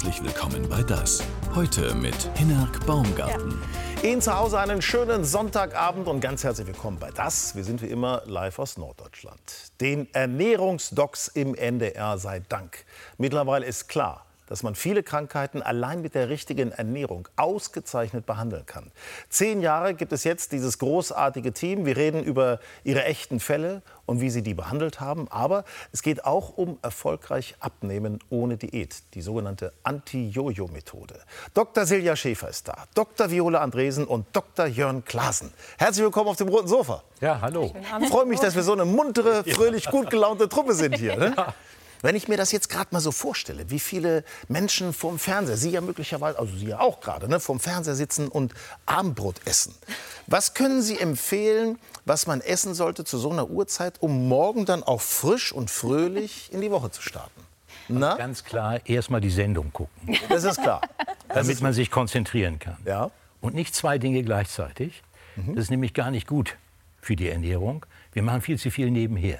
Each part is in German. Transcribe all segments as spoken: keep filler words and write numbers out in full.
Herzlich willkommen bei Das. Heute mit Hinnerk Baumgarten. Ja. Ihnen zu Hause einen schönen Sonntagabend und ganz herzlich willkommen bei Das. Wir sind wie immer live aus Norddeutschland. Den Ernährungsdocs im N D R sei Dank. Mittlerweile ist klar, dass man viele Krankheiten allein mit der richtigen Ernährung ausgezeichnet behandeln kann. Zehn Jahre gibt es jetzt dieses großartige Team. Wir reden über ihre echten Fälle und wie sie die behandelt haben. Aber es geht auch um erfolgreich Abnehmen ohne Diät, die sogenannte Anti-Jojo-Methode. Doktor Silja Schäfer ist da, Doktor Viola Andresen und Doktor Jörn Klaassen. Herzlich willkommen auf dem roten Sofa. Ja, hallo. Ich freue mich, dass wir so eine muntere, fröhlich, gut gelaunte Truppe sind hier. Ne? Wenn ich mir das jetzt gerade mal so vorstelle, wie viele Menschen vorm Fernseher, Sie ja möglicherweise, also Sie ja auch gerade, ne, vorm Fernseher sitzen und Abendbrot essen. Was können Sie empfehlen, was man essen sollte zu so einer Uhrzeit, um morgen dann auch frisch und fröhlich in die Woche zu starten? Na? Ganz klar, erst mal die Sendung gucken. Das ist klar. Das damit ist man sich konzentrieren kann. Ja. Und nicht zwei Dinge gleichzeitig. Mhm. Das ist nämlich gar nicht gut für die Ernährung. Wir machen viel zu viel nebenher.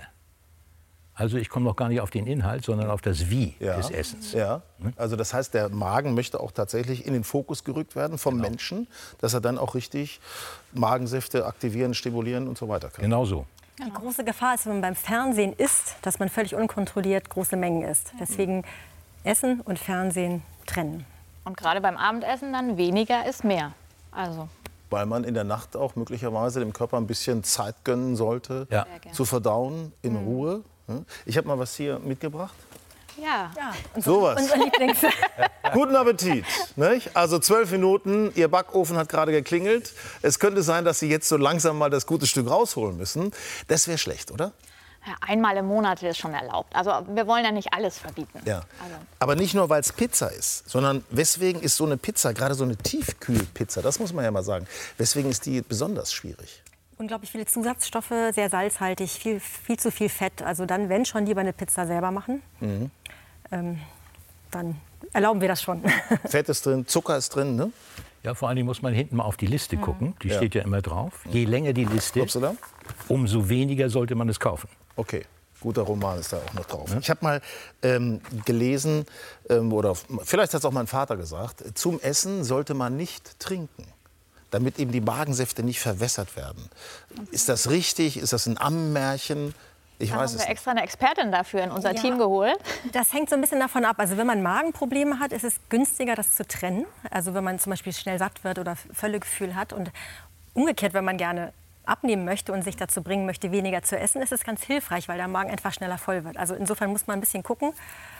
Also ich komme noch gar nicht auf den Inhalt, sondern auf das Wie ja. des Essens. Ja. Also das heißt, der Magen möchte auch tatsächlich in den Fokus gerückt werden vom genau. Menschen, dass er dann auch richtig Magensäfte aktivieren, stimulieren und so weiter kann. Genau so. Die große Gefahr ist, wenn man beim Fernsehen isst, dass man völlig unkontrolliert große Mengen isst. Deswegen Essen und Fernsehen trennen. Und gerade beim Abendessen dann weniger ist mehr. Also. Weil man in der Nacht auch möglicherweise dem Körper ein bisschen Zeit gönnen sollte, ja. zu verdauen, in mhm. Ruhe. Ich habe mal was hier mitgebracht. Ja. ja. So was. Unser Lieblings. Guten Appetit. Nicht? Also zwölf Minuten, Ihr Backofen hat gerade geklingelt. Es könnte sein, dass Sie jetzt so langsam mal das gute Stück rausholen müssen. Das wäre schlecht, oder? Ja, einmal im Monat ist schon erlaubt. Also wir wollen ja nicht alles verbieten. Ja. Also. Aber nicht nur, weil es Pizza ist, sondern weswegen ist so eine Pizza, gerade so eine Tiefkühlpizza, das muss man ja mal sagen, weswegen ist die besonders schwierig? Unglaublich viele Zusatzstoffe, sehr salzhaltig, viel, viel zu viel Fett. Also dann, wenn schon, lieber eine Pizza selber machen. Mhm. Ähm, dann erlauben wir das schon. Fett ist drin, Zucker ist drin, ne? Ja, vor allen Dingen muss man hinten mal auf die Liste gucken. Die ja. steht ja immer drauf. Je länger die Liste, umso weniger sollte man es kaufen. Okay. Guter Roman ist da auch noch drauf. Ja. Ich habe mal ähm, gelesen, ähm, oder vielleicht hat es auch mein Vater gesagt, zum Essen sollte man nicht trinken, damit eben die Magensäfte nicht verwässert werden. Ist das richtig? Ist das ein Ammenmärchen? Ich da weiß haben es wir nicht. extra eine Expertin dafür in unser ja, Team geholt. Das hängt so ein bisschen davon ab. Also wenn man Magenprobleme hat, ist es günstiger, das zu trennen. Also wenn man zum Beispiel schnell satt wird oder Völlegefühl hat. Und umgekehrt, wenn man gerne abnehmen möchte und sich dazu bringen möchte, weniger zu essen, ist es ganz hilfreich, weil der Magen einfach schneller voll wird. Also insofern muss man ein bisschen gucken,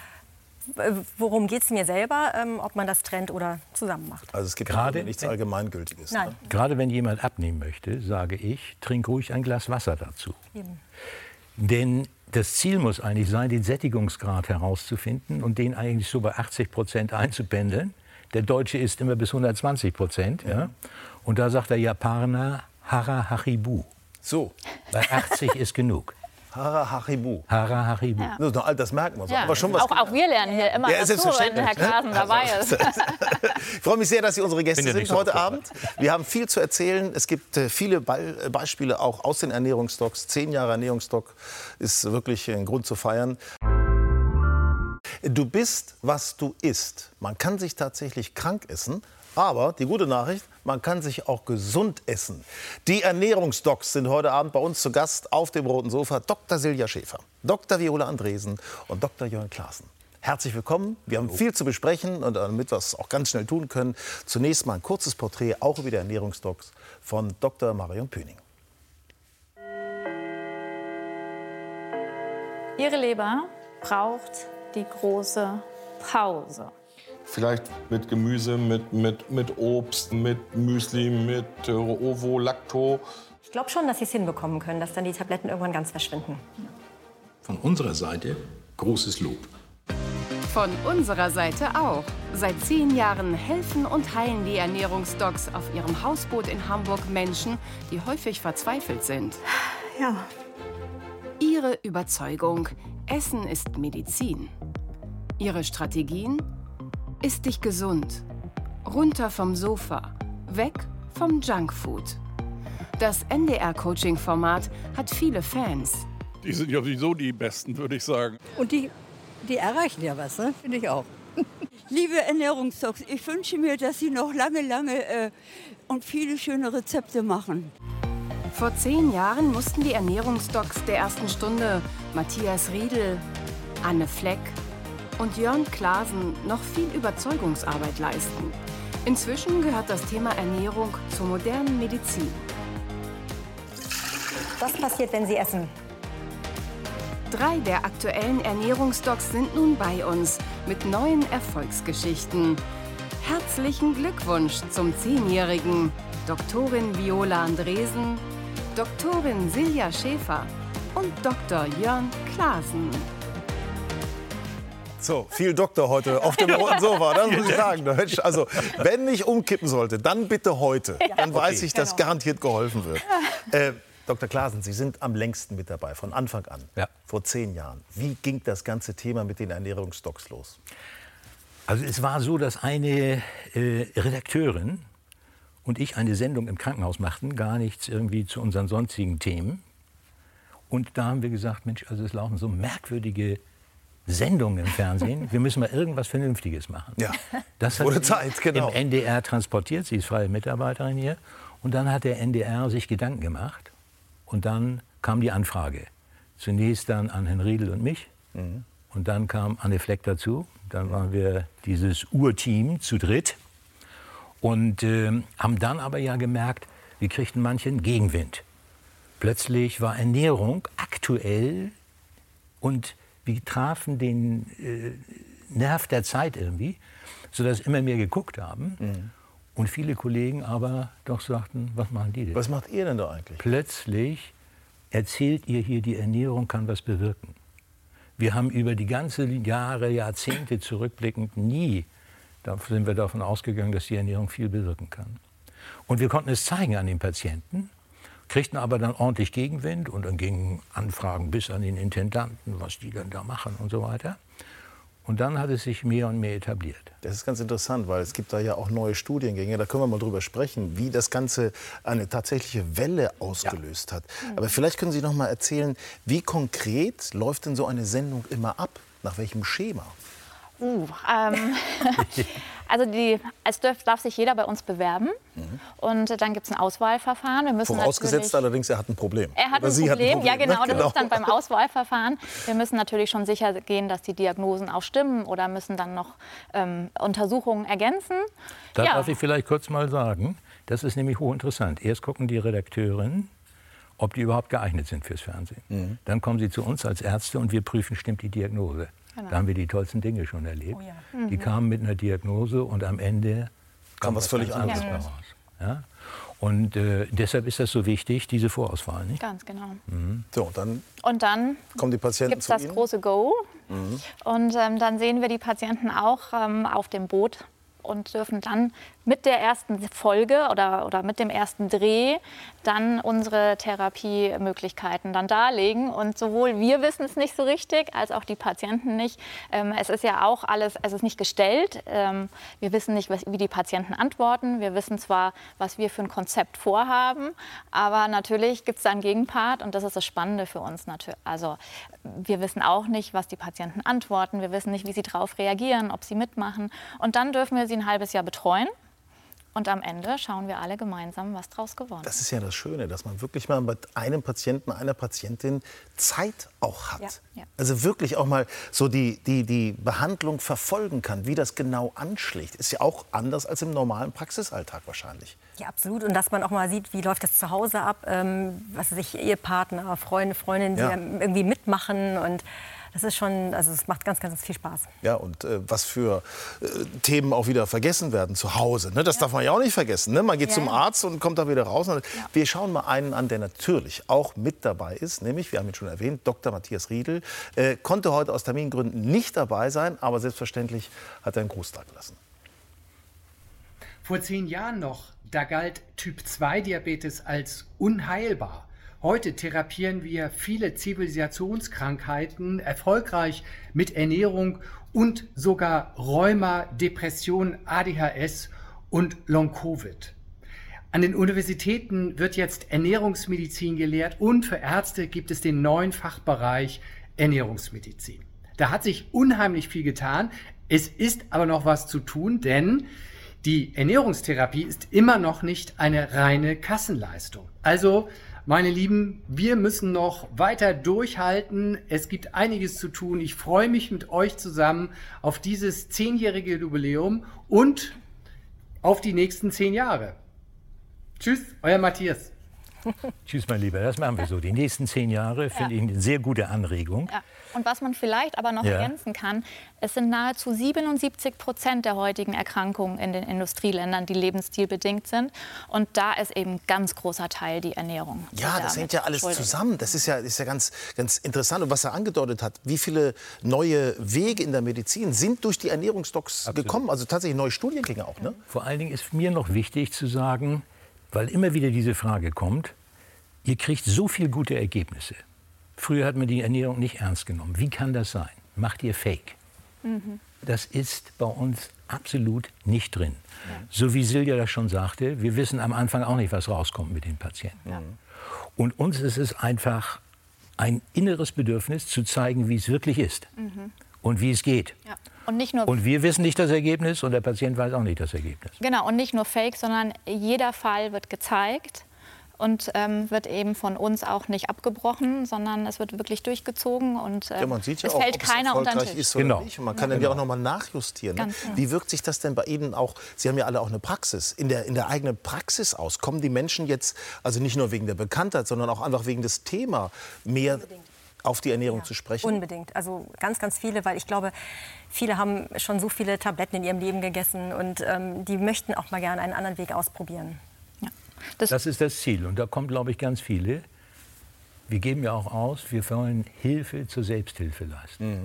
worum geht es mir selber, ähm, ob man das trennt oder zusammen macht. Also es gibt gerade nichts Allgemeingültiges. Nein. Ne? Gerade wenn jemand abnehmen möchte, sage ich, trink ruhig ein Glas Wasser dazu. Eben. Denn das Ziel muss eigentlich sein, den Sättigungsgrad herauszufinden und den eigentlich so bei achtzig Prozent einzupendeln. Der Deutsche isst immer bis hundertzwanzig Prozent. Ja. Ja? Und da sagt der Japaner Hara Haribu. So. Bei achtzig ist genug. Hara Haribu. Hara Haribu. Ja. Das ist noch alt, das merkt man so. Ja. Aber schon was auch, auch wir lernen hier immer ja, dazu, wenn Herr Klaassen dabei ist. Ich freue mich sehr, dass Sie unsere Gäste ja sind so heute Abend. Wir haben viel zu erzählen. Es gibt äh, viele Be Beispiele auch aus den Ernährungsdocs. Zehn Jahre Ernährungsdoc ist wirklich ein Grund zu feiern. Du bist, was du isst. Man kann sich tatsächlich krank essen. Aber die gute Nachricht, man kann sich auch gesund essen. Die Ernährungsdocs sind heute Abend bei uns zu Gast auf dem roten Sofa. Doktor Silja Schäfer, Doktor Viola Andresen und Doktor Jörn Klaassen. Herzlich willkommen. Wir haben viel zu besprechen und damit wir es auch ganz schnell tun können, zunächst mal ein kurzes Porträt, auch über die Ernährungsdocs von Doktor Marion Püning. Ihre Leber braucht die große Pause. Vielleicht mit Gemüse, mit, mit, mit Obst, mit Müsli, mit äh, Ovo, Lacto. Ich glaube schon, dass Sie es hinbekommen können, dass dann die Tabletten irgendwann ganz verschwinden. Von unserer Seite großes Lob. Von unserer Seite auch. Seit zehn Jahren helfen und heilen die Ernährungsdocs auf ihrem Hausboot in Hamburg Menschen, die häufig verzweifelt sind. Ja. Ihre Überzeugung: Essen ist Medizin. Ihre Strategien: Iss dich gesund. Runter vom Sofa. Weg vom Junkfood. Das N D R-Coaching-Format hat viele Fans. Die sind ja sowieso die Besten, würde ich sagen. Und die, die erreichen ja was, ne? Finde ich auch. Liebe Ernährungsdocs, ich wünsche mir, dass Sie noch lange, lange äh, und viele schöne Rezepte machen. Vor zehn Jahren mussten die Ernährungsdocs der ersten Stunde, Matthias Riedl, Anne Fleck und Jörn Klaasen, noch viel Überzeugungsarbeit leisten. Inzwischen gehört das Thema Ernährung zur modernen Medizin. Was passiert, wenn Sie essen? Drei der aktuellen Ernährungsdocs sind nun bei uns mit neuen Erfolgsgeschichten. Herzlichen Glückwunsch zum Zehnjährigen. Doktorin Viola Andresen, Doktorin Silja Schäfer und Doktor Jörn Klaasen. So, viel Doktor heute auf dem roten Sofa, das muss ich sagen. Also, wenn ich umkippen sollte, dann bitte heute. Dann weiß okay, ich, dass genau. garantiert geholfen wird. Äh, Doktor Klaasen, Sie sind am längsten mit dabei, von Anfang an, ja. vor zehn Jahren. Wie ging das ganze Thema mit den Ernährungsdocs los? Also es war so, dass eine äh, Redakteurin und ich eine Sendung im Krankenhaus machten, gar nichts irgendwie zu unseren sonstigen Themen. Und da haben wir gesagt, Mensch, also es laufen so merkwürdige Sendungen im Fernsehen, wir müssen mal irgendwas Vernünftiges machen. Ja, das hat wurde Zeit, genau. Im N D R transportiert, sie ist freie Mitarbeiterin hier. Und dann hat der N D R sich Gedanken gemacht. Und dann kam die Anfrage. Zunächst dann an Herrn Riedl und mich. Mhm. Und dann kam Anne Fleck dazu. Dann waren wir dieses Urteam zu dritt. Und äh, haben dann aber ja gemerkt, wir kriegten manchen Gegenwind. Plötzlich war Ernährung aktuell und wir trafen den äh, Nerv der Zeit irgendwie, sodass immer mehr geguckt haben. Mhm. Und viele Kollegen aber doch sagten, was machen die denn? Was macht ihr denn da eigentlich? Plötzlich erzählt ihr hier, die Ernährung kann was bewirken. Wir haben über die ganzen Jahre, Jahrzehnte zurückblickend nie, da sind wir davon ausgegangen, dass die Ernährung viel bewirken kann. Und wir konnten es zeigen an den Patienten, kriegten aber dann ordentlich Gegenwind und dann gingen Anfragen bis an den Intendanten, was die denn da machen und so weiter. Und dann hat es sich mehr und mehr etabliert. Das ist ganz interessant, weil es gibt da ja auch neue Studiengänge. Da können wir mal drüber sprechen, wie das Ganze eine tatsächliche Welle ausgelöst ja. hat. Aber vielleicht können Sie noch mal erzählen, wie konkret läuft denn so eine Sendung immer ab? Nach welchem Schema? Uh, ähm, also die, es darf, darf sich jeder bei uns bewerben. Mhm. Und dann gibt es ein Auswahlverfahren. Wir müssen Vorausgesetzt allerdings, er hat ein Problem. Er hat, ein Problem. hat ein Problem, ja genau, das genau. ist dann beim Auswahlverfahren. Wir müssen natürlich schon sicher gehen, dass die Diagnosen auch stimmen oder müssen dann noch ähm, Untersuchungen ergänzen. Da ja. darf ich vielleicht kurz mal sagen, das ist nämlich hochinteressant. Erst gucken die Redakteurinnen, ob die überhaupt geeignet sind fürs Fernsehen. Mhm. Dann kommen sie zu uns als Ärzte und wir prüfen, stimmt die Diagnose. Genau. Da haben wir die tollsten Dinge schon erlebt. Oh ja. mhm. Die kamen mit einer Diagnose und am Ende kam was völlig anderes ja. raus. Ja? Und äh, deshalb ist das so wichtig, diese Vorauswahl. Nicht? Ganz genau. Mhm. So, dann, und dann kommen die Patienten gibt es das Ihnen? große Go. Mhm. Und ähm, dann sehen wir die Patienten auch ähm, auf dem Boot und dürfen dann mit der ersten Folge oder, oder mit dem ersten Dreh dann unsere Therapiemöglichkeiten dann darlegen. Und sowohl wir wissen es nicht so richtig, als auch die Patienten nicht. Ähm, es ist ja auch alles, es ist nicht gestellt. Ähm, wir wissen nicht, was, wie die Patienten antworten. Wir wissen zwar, was wir für ein Konzept vorhaben, aber natürlich gibt es da einen Gegenpart und das ist das Spannende für uns natürlich. Also wir wissen auch nicht, was die Patienten antworten. Wir wissen nicht, wie sie darauf reagieren, ob sie mitmachen. Und dann dürfen wir sie ein halbes Jahr betreuen. Und am Ende schauen wir alle gemeinsam, was draus geworden ist. Das ist ja das Schöne, dass man wirklich mal mit einem Patienten, einer Patientin Zeit auch hat. Ja, ja. Also wirklich auch mal so die, die, die Behandlung verfolgen kann, wie das genau anschlägt. Ist ja auch anders als im normalen Praxisalltag wahrscheinlich. Ja, absolut. Und dass man auch mal sieht, wie läuft das zu Hause ab, ähm, was sich Ehepartner, Freunde, Freundinnen, die ja. irgendwie mitmachen und das ist schon, also es macht ganz, ganz viel Spaß. Ja, und äh, was für äh, Themen auch wieder vergessen werden zu Hause. Ne? Das ja. darf man ja auch nicht vergessen. Ne? Man geht ja. zum Arzt und kommt da wieder raus. Ja. Wir schauen mal einen an, der natürlich auch mit dabei ist. Nämlich, wir haben ihn schon erwähnt, Doktor Matthias Riedl. Äh, konnte heute aus Termingründen nicht dabei sein, aber selbstverständlich hat er einen Gruß dagelassen. Vor zehn Jahren noch, da galt Typ zwei Diabetes als unheilbar. Heute therapieren wir viele Zivilisationskrankheiten erfolgreich mit Ernährung und sogar Rheuma, Depression, A D H S und Long-Covid. An den Universitäten wird jetzt Ernährungsmedizin gelehrt und für Ärzte gibt es den neuen Fachbereich Ernährungsmedizin. Da hat sich unheimlich viel getan. Es ist aber noch was zu tun, denn die Ernährungstherapie ist immer noch nicht eine reine Kassenleistung. Also, meine Lieben, wir müssen noch weiter durchhalten. Es gibt einiges zu tun. Ich freue mich mit euch zusammen auf dieses zehnjährige Jubiläum und auf die nächsten zehn Jahre. Tschüss, euer Matthias. Tschüss, mein Lieber, das machen wir so. Die nächsten zehn Jahre finde Ja. ich eine sehr gute Anregung. Ja. Und was man vielleicht aber noch Ja. ergänzen kann, es sind nahezu siebenundsiebzig Prozent der heutigen Erkrankungen in den Industrieländern, die lebensstilbedingt sind. Und da ist eben ein ganz großer Teil die Ernährung. die Ja, das damit hängt ja alles schuld ist. zusammen. Das ist ja, ist ja ganz, ganz interessant. Und was er angedeutet hat, wie viele neue Wege in der Medizin sind durch die Ernährungsdocs gekommen. Also tatsächlich neue Studiengänge auch. Ne? Vor allen Dingen ist mir noch wichtig zu sagen, weil immer wieder diese Frage kommt, ihr kriegt so viele gute Ergebnisse. Früher hat man die Ernährung nicht ernst genommen. Wie kann das sein? Macht ihr Fake? Mhm. Das ist bei uns absolut nicht drin. Ja. So wie Silja das schon sagte, wir wissen am Anfang auch nicht, was rauskommt mit den Patienten. Ja. Und uns ist es einfach ein inneres Bedürfnis, zu zeigen, wie es wirklich ist Mhm. und wie es geht. Ja. Und nicht nur Und wir wissen nicht das Ergebnis und der Patient weiß auch nicht das Ergebnis. Genau, und nicht nur Fake, sondern jeder Fall wird gezeigt und ähm, wird eben von uns auch nicht abgebrochen, sondern es wird wirklich durchgezogen und ähm, Ja, man sieht ja es auch, fällt ob es keiner unter den erfolgreich Tisch. ist oder Genau. nicht. Und man kann Ja, dann ja genau. auch noch mal nachjustieren. Ne? Ganz genau. Wie wirkt sich das denn bei Ihnen auch? Sie haben ja alle auch eine Praxis. In der, in der eigenen Praxis aus. Kommen die Menschen jetzt, also nicht nur wegen der Bekanntheit, sondern auch einfach wegen des Themas, mehr auf die Ernährung Ja, zu sprechen? Unbedingt. Also ganz, ganz viele, weil ich glaube, viele haben schon so viele Tabletten in ihrem Leben gegessen und ähm, die möchten auch mal gerne einen anderen Weg ausprobieren. Ja. Das, Das ist das Ziel. Und da kommen, glaube ich, ganz viele. Wir geben ja auch aus, wir wollen Hilfe zur Selbsthilfe leisten. Mhm.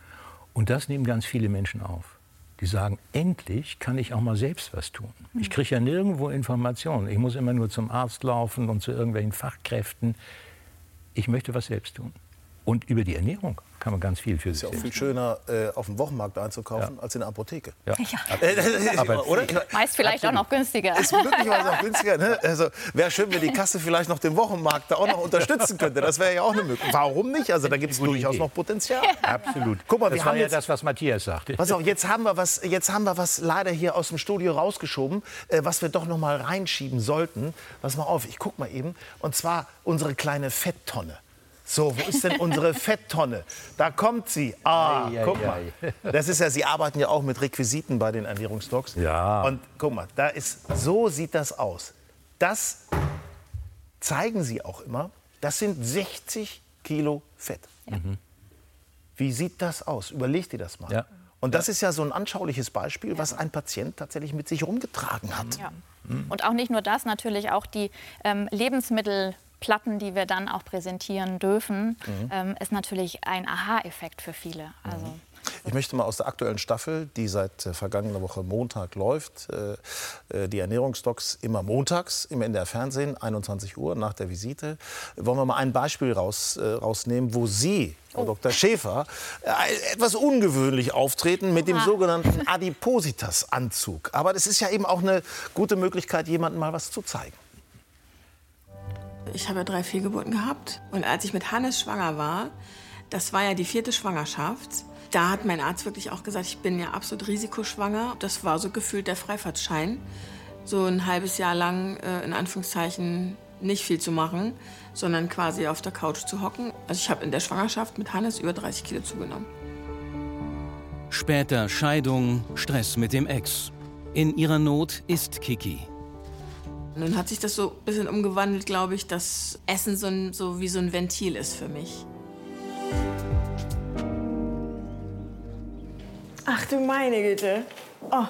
Und das nehmen ganz viele Menschen auf. Die sagen, endlich kann ich auch mal selbst was tun. Ich kriege ja nirgendwo Informationen. Ich muss immer nur zum Arzt laufen und zu irgendwelchen Fachkräften. Ich möchte was selbst tun. Und über die Ernährung kann man ganz viel für Ist sich ja auch viel selbst schöner, äh, auf dem Wochenmarkt einzukaufen, Ja. als in der Apotheke. Ja. Aber, oder? meist vielleicht auch noch günstiger. Ist möglicherweise auch günstiger. Ne? Also wäre schön, wenn die Kasse vielleicht noch den Wochenmarkt da auch noch unterstützen könnte. Das wäre ja auch eine Möglichkeit. Warum nicht? Also da gibt es durchaus Idee. noch Potenzial. Absolut. Guck mal, das wir war haben ja jetzt, das, was Matthias sagte. pass auf, jetzt haben wir was, jetzt haben wir was leider hier aus dem Studio rausgeschoben, äh, was wir doch noch mal reinschieben sollten. Pass mal auf, ich guck mal eben. Und zwar unsere kleine Fetttonne. So, wo ist denn unsere Fetttonne? Da kommt sie. Ah, Ei, ei, guck mal. Das ist ja, Sie arbeiten ja auch mit Requisiten bei den Ernährungsdocs. Ja. Und guck mal, da ist, so sieht das aus. Das zeigen Sie auch immer. Das sind sechzig Kilo Fett. Mhm. Wie sieht das aus? Überleg dir das mal. Ja. Und das ist ja so ein anschauliches Beispiel, was ein Patient tatsächlich mit sich rumgetragen hat. Ja. Und auch nicht nur das, natürlich auch die ähm, Lebensmittelplatten, die wir dann auch präsentieren dürfen, Mhm. ähm, ist natürlich ein Aha-Effekt für viele. Also, Ich möchte mal aus der aktuellen Staffel, die seit äh, vergangener Woche Montag läuft, äh, äh, die Ernährungsdocs immer montags im N D R Fernsehen, einundzwanzig Uhr nach der Visite, wollen wir mal ein Beispiel raus, äh, rausnehmen, wo Sie, Frau Doktor Schäfer, äh, etwas ungewöhnlich auftreten mit dem Oha. sogenannten Adipositas-Anzug. Aber das ist ja eben auch eine gute Möglichkeit, jemandem mal was zu zeigen. Ich habe ja drei Fehlgeburten gehabt. Und als ich mit Hannes schwanger war, das war ja die vierte Schwangerschaft, da hat mein Arzt wirklich auch gesagt, ich bin ja absolut risikoschwanger. Das war so gefühlt der Freifahrtschein. So ein halbes Jahr lang, äh, in Anführungszeichen, nicht viel zu machen, sondern quasi auf der Couch zu hocken. Also ich habe in der Schwangerschaft mit Hannes über dreißig Kilo zugenommen. Später Scheidung, Stress mit dem Ex. In ihrer Not ist Kiki. Und dann hat sich das so ein bisschen umgewandelt, glaube ich, dass Essen so, ein, so wie so ein Ventil ist für mich. Ach du meine Güte. Oh.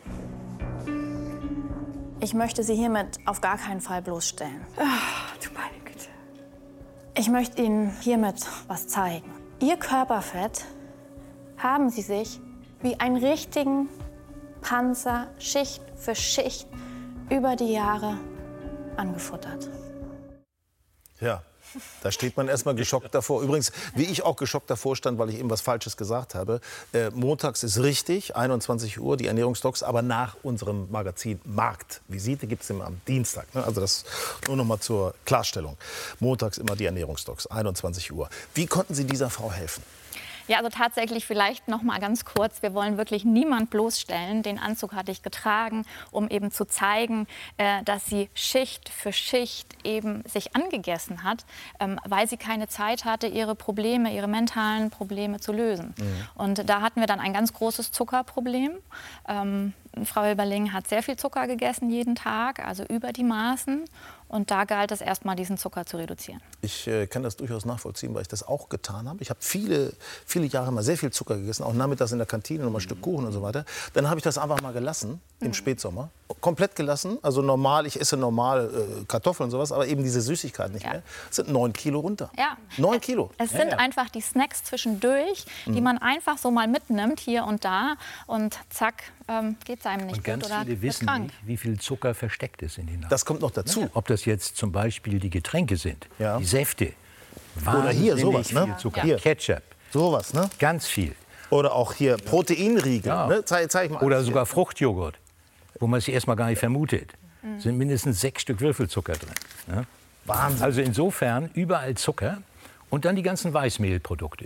Ich möchte Sie hiermit auf gar keinen Fall bloßstellen. Ach du meine Güte. Ich möchte Ihnen hiermit was zeigen. Ihr Körperfett haben Sie sich wie einen richtigen Panzer Schicht für Schicht über die Jahre angefuttert. Ja, da steht man erstmal geschockt davor. Übrigens, wie ich auch geschockt davor stand, weil ich eben was Falsches gesagt habe. Äh, montags ist richtig, einundzwanzig Uhr, die Ernährungsdocs, aber nach unserem Magazin Marktvisite gibt es immer am Dienstag. Ne? Also das nur noch mal zur Klarstellung. Montags immer die Ernährungsdocs, einundzwanzig Uhr. Wie konnten Sie dieser Frau helfen? Ja, also tatsächlich vielleicht noch mal ganz kurz. Wir wollen wirklich niemand bloßstellen. Den Anzug hatte ich getragen, um eben zu zeigen, äh, dass sie Schicht für Schicht eben sich angegessen hat, ähm, weil sie keine Zeit hatte, ihre Probleme, ihre mentalen Probleme zu lösen. Mhm. Und da hatten wir dann ein ganz großes Zuckerproblem. Ähm, Frau Hilberling hat sehr viel Zucker gegessen jeden Tag, also über die Maßen. Und da galt es erstmal, diesen Zucker zu reduzieren. Ich äh, kann das durchaus nachvollziehen, weil ich das auch getan habe. Ich habe viele, viele Jahre mal sehr viel Zucker gegessen, auch nachmittags in der Kantine, noch mal ein Stück Kuchen und so weiter. Dann habe ich das einfach mal gelassen im mhm. Spätsommer. Komplett gelassen, also normal, ich esse normal äh, Kartoffeln und sowas, aber eben diese Süßigkeiten nicht ja. mehr. Das sind neun Kilo runter. Ja. Neun Kilo. Es ja, sind ja. einfach die Snacks zwischendurch, die mhm. man einfach so mal mitnimmt, hier und da. Und zack, ähm, geht es einem nicht und ganz gut oder viele wissen krank. nicht, wie viel Zucker versteckt ist in den Nahrung. Das kommt noch dazu. Ja. Ob das jetzt zum Beispiel die Getränke sind, ja. die Säfte, oder hier sowas, viel ne? Zucker, Hier. Ketchup, sowas, ne? ganz viel. Oder auch hier Proteinriegel, ja. ne? Zeig, zeig mal. Oder sogar Fruchtjoghurt, wo man es erstmal gar nicht vermutet. Mhm. Sind mindestens sechs Stück Würfelzucker drin. Ja? Wahnsinn. Also insofern überall Zucker und dann die ganzen Weißmehlprodukte,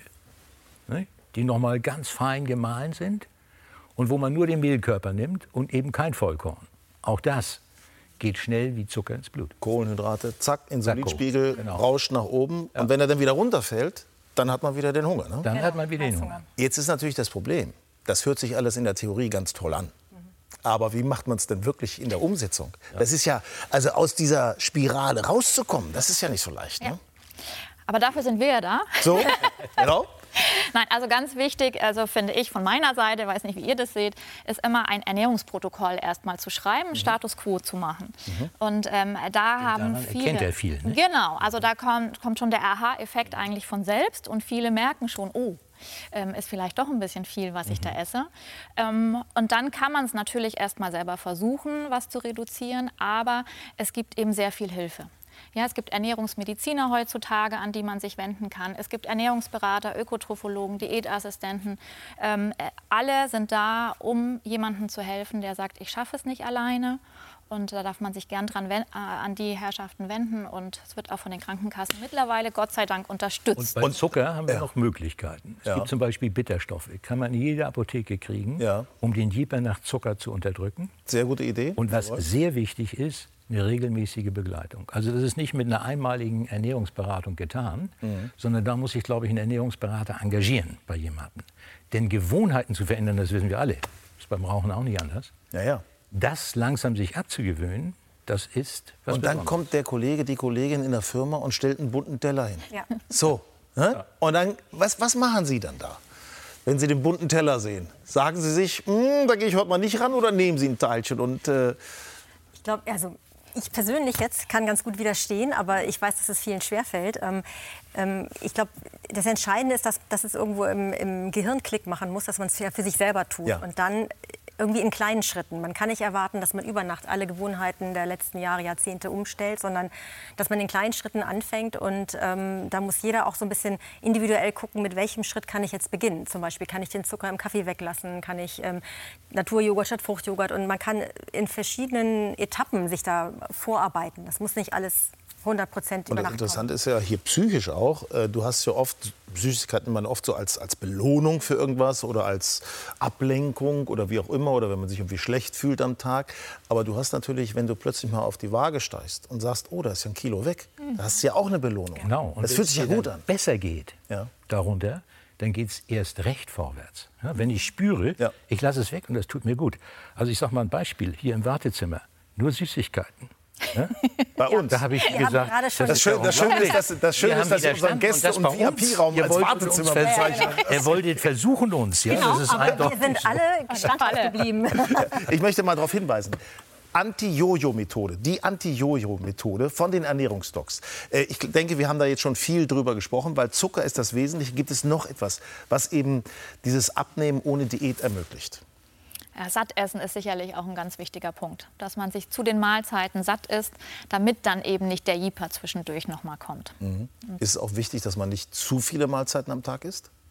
ne? Die noch mal ganz fein gemahlen sind und wo man nur den Mehlkörper nimmt und eben kein Vollkorn. Auch das geht schnell wie Zucker ins Blut. Kohlenhydrate, zack, Insulinspiegel, genau. rauscht nach oben. Ja. Und wenn er dann wieder runterfällt, dann hat man wieder den Hunger. Ne? Dann genau. hat man wieder den Hunger. Jetzt ist natürlich das Problem, das hört sich alles in der Theorie ganz toll an. Aber wie macht man es denn wirklich in der Umsetzung? Ja. Das ist ja, also aus dieser Spirale rauszukommen, das ist ja nicht so leicht. Ja. Ne? Aber dafür sind wir ja da. So, genau. Nein, also ganz wichtig, also finde ich von meiner Seite, weiß nicht, wie ihr das seht, ist immer ein Ernährungsprotokoll erstmal zu schreiben, mhm. Status Quo zu machen. Mhm. Und ähm, da haben viele... Kennt er viel, ne? Genau, also da kommt, kommt schon der Aha-Effekt eigentlich von selbst und viele merken schon, oh, ähm, ist vielleicht doch ein bisschen viel, was ich mhm. da esse. Ähm, und dann kann man es natürlich erstmal selber versuchen, was zu reduzieren, aber es gibt eben sehr viel Hilfe. Ja, es gibt Ernährungsmediziner heutzutage, an die man sich wenden kann. Es gibt Ernährungsberater, Ökotrophologen, Diätassistenten. Ähm, alle sind da, um jemandem zu helfen, der sagt, ich schaffe es nicht alleine. Und da darf man sich gern dran äh, an die Herrschaften wenden. Und es wird auch von den Krankenkassen mittlerweile, Gott sei Dank, unterstützt. Und bei Zucker haben wir ja. noch Möglichkeiten. Es ja. gibt zum Beispiel Bitterstoffe. Kann man in jeder Apotheke kriegen, ja. um den Jeeper nach Zucker zu unterdrücken. Sehr gute Idee. Und was sehr wichtig ist, eine regelmäßige Begleitung. Also das ist nicht mit einer einmaligen Ernährungsberatung getan, mhm. sondern da muss sich, glaube ich, ein Ernährungsberater engagieren bei jemandem. Denn Gewohnheiten zu verändern, das wissen wir alle. Das ist beim Rauchen auch nicht anders. Ja, ja. Das langsam sich abzugewöhnen, das ist was Und dann Besonderes. kommt der Kollege, die Kollegin in der Firma und stellt einen bunten Teller hin. Ja. So. Ne? Ja. Und dann, was, was machen Sie dann da? Wenn Sie den bunten Teller sehen, sagen Sie sich, da gehe ich heute mal nicht ran, oder nehmen Sie ein Teilchen? Und, äh ich glaube, also ich persönlich jetzt kann ganz gut widerstehen, aber ich weiß, dass es vielen schwerfällt. Ähm, ähm, ich glaube, das Entscheidende ist, dass, dass es irgendwo im, im Gehirn Klick machen muss, dass man es für sich selber tut. Ja. Und dann irgendwie in kleinen Schritten. Man kann nicht erwarten, dass man über Nacht alle Gewohnheiten der letzten Jahre, Jahrzehnte umstellt, sondern dass man in kleinen Schritten anfängt. Und ähm, da muss jeder auch so ein bisschen individuell gucken, mit welchem Schritt kann ich jetzt beginnen. Zum Beispiel kann ich den Zucker im Kaffee weglassen, kann ich ähm, Naturjoghurt statt Fruchtjoghurt. Und man kann in verschiedenen Etappen sich da vorarbeiten. Das muss nicht alles hundert Prozent über Und das Nacht Interessante kommen. ist ja hier psychisch auch. Du hast ja oft, Süßigkeiten man oft so als, als Belohnung für irgendwas oder als Ablenkung oder wie auch immer, oder wenn man sich irgendwie schlecht fühlt am Tag. Aber du hast natürlich, wenn du plötzlich mal auf die Waage steigst und sagst, oh, da ist ja ein Kilo weg, da hast du ja auch eine Belohnung. Genau. Und das fühlt sich ja gut an. Besser geht ja. darunter, dann geht es erst recht vorwärts. Ja, wenn ich spüre, ja. ich lasse es weg und das tut mir gut. Also ich sage mal ein Beispiel, hier im Wartezimmer, nur Süßigkeiten. Ja? Bei uns. Da habe ich wir gesagt, das, das Schöne, das Schöne ist, dass, das Schöne ist, dass wir unseren Gäste- und V I P-Raum als Wartezimmer bezeichnen. Er wollte versuchen uns. Ja? Genau, Das ist aber wir sind alle standhaft geblieben. Ich möchte mal darauf hinweisen. Anti-Jojo-Methode, die Anti-Jojo-Methode von den Ernährungsdocs. Ich denke, wir haben da jetzt schon viel drüber gesprochen, weil Zucker ist das Wesentliche. Gibt es noch etwas, was eben dieses Abnehmen ohne Diät ermöglicht? Ja, Sattessen ist sicherlich auch ein ganz wichtiger Punkt, dass man sich zu den Mahlzeiten satt isst, damit dann eben nicht der Jeeper zwischendurch noch mal kommt. Mhm. Ist es auch wichtig, dass man nicht zu viele Mahlzeiten am Tag isst?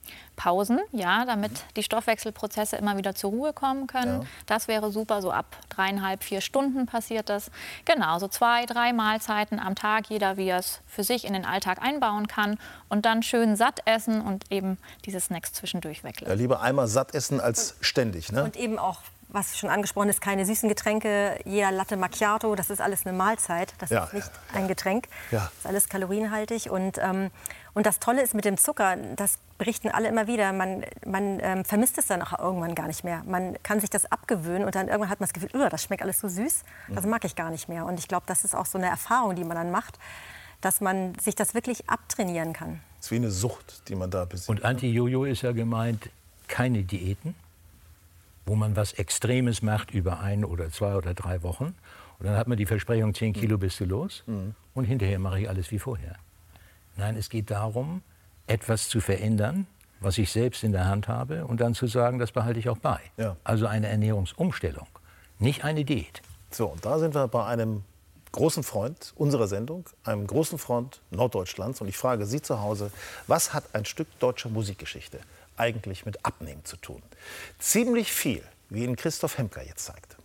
Pausen, ja, damit die Stoffwechselprozesse immer wieder zur Ruhe kommen können. Ja. Das wäre super, so ab dreieinhalb, vier Stunden passiert das. Genau, so zwei, drei Mahlzeiten am Tag, jeder wie er es für sich in den Alltag einbauen kann und dann schön satt essen und eben diese Snacks zwischendurch weglassen. Ja, lieber einmal satt essen als und, ständig, ne? Und eben auch, was schon angesprochen ist, keine süßen Getränke, jeder Latte Macchiato, das ist alles eine Mahlzeit, das ja. ist nicht ein Getränk, ja. das ist alles kalorienhaltig. Und, ähm, und das Tolle ist mit dem Zucker, das berichten alle immer wieder, man, man ähm, vermisst es dann auch irgendwann gar nicht mehr. Man kann sich das abgewöhnen und dann irgendwann hat man das Gefühl, oh, das schmeckt alles so süß, das mag ich gar nicht mehr. Und ich glaube, das ist auch so eine Erfahrung, die man dann macht, dass man sich das wirklich abtrainieren kann. Das ist wie eine Sucht, die man da besiegt. Und Anti-Jojo ist ja gemeint, keine Diäten, wo man was Extremes macht über ein oder zwei oder drei Wochen. Und dann hat man die Versprechung, zehn Kilo bist du los. Mhm. Und hinterher mache ich alles wie vorher. Nein, es geht darum, etwas zu verändern, was ich selbst in der Hand habe. Und dann zu sagen, das behalte ich auch bei. Ja. Also eine Ernährungsumstellung, nicht eine Diät. So, und da sind wir bei einem großen Freund unserer Sendung, einem großen Freund Norddeutschlands. Und ich frage Sie zu Hause, was hat ein Stück deutscher Musikgeschichte eigentlich mit Abnehmen zu tun? Ziemlich viel, wie Ihnen Christoph Hemker jetzt zeigt.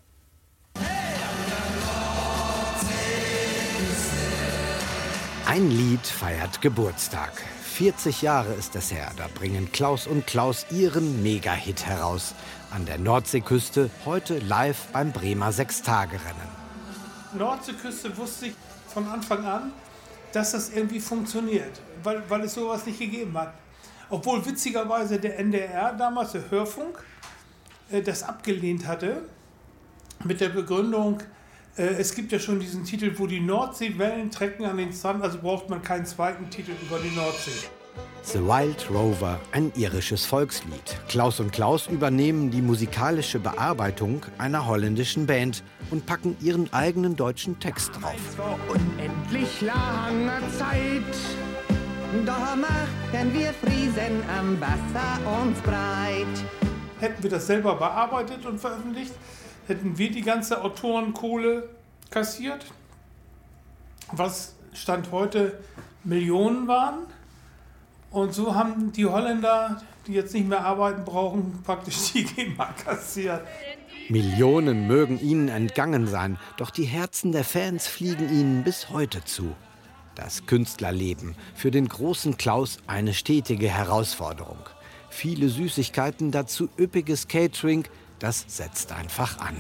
Ein Lied feiert Geburtstag. vierzig Jahre ist es her, da bringen Klaus und Klaus ihren Mega-Hit heraus. An der Nordseeküste, heute live beim Bremer Sechstagerennen. Nordseeküste wusste ich von Anfang an, dass das irgendwie funktioniert, weil, weil es sowas nicht gegeben hat. Obwohl witzigerweise der N D R, damals der Hörfunk, äh, das abgelehnt hatte mit der Begründung, äh, es gibt ja schon diesen Titel, wo die Nordseewellen trecken an den Strand, also braucht man keinen zweiten Titel über die Nordsee. The Wild Rover, ein irisches Volkslied. Klaus und Klaus übernehmen die musikalische Bearbeitung einer holländischen Band und packen ihren eigenen deutschen Text drauf. Vor unendlich langer Zeit, da machen wir Friesen am Wasser uns breit. Hätten wir das selber bearbeitet und veröffentlicht, hätten wir die ganze Autorenkohle kassiert, was Stand heute Millionen waren. Und so haben die Holländer, die jetzt nicht mehr arbeiten brauchen, praktisch die GEMA kassiert. Millionen mögen ihnen entgangen sein, doch die Herzen der Fans fliegen ihnen bis heute zu. Das Künstlerleben, für den großen Klaus eine stetige Herausforderung. Viele Süßigkeiten, dazu üppiges Catering, das setzt einfach an.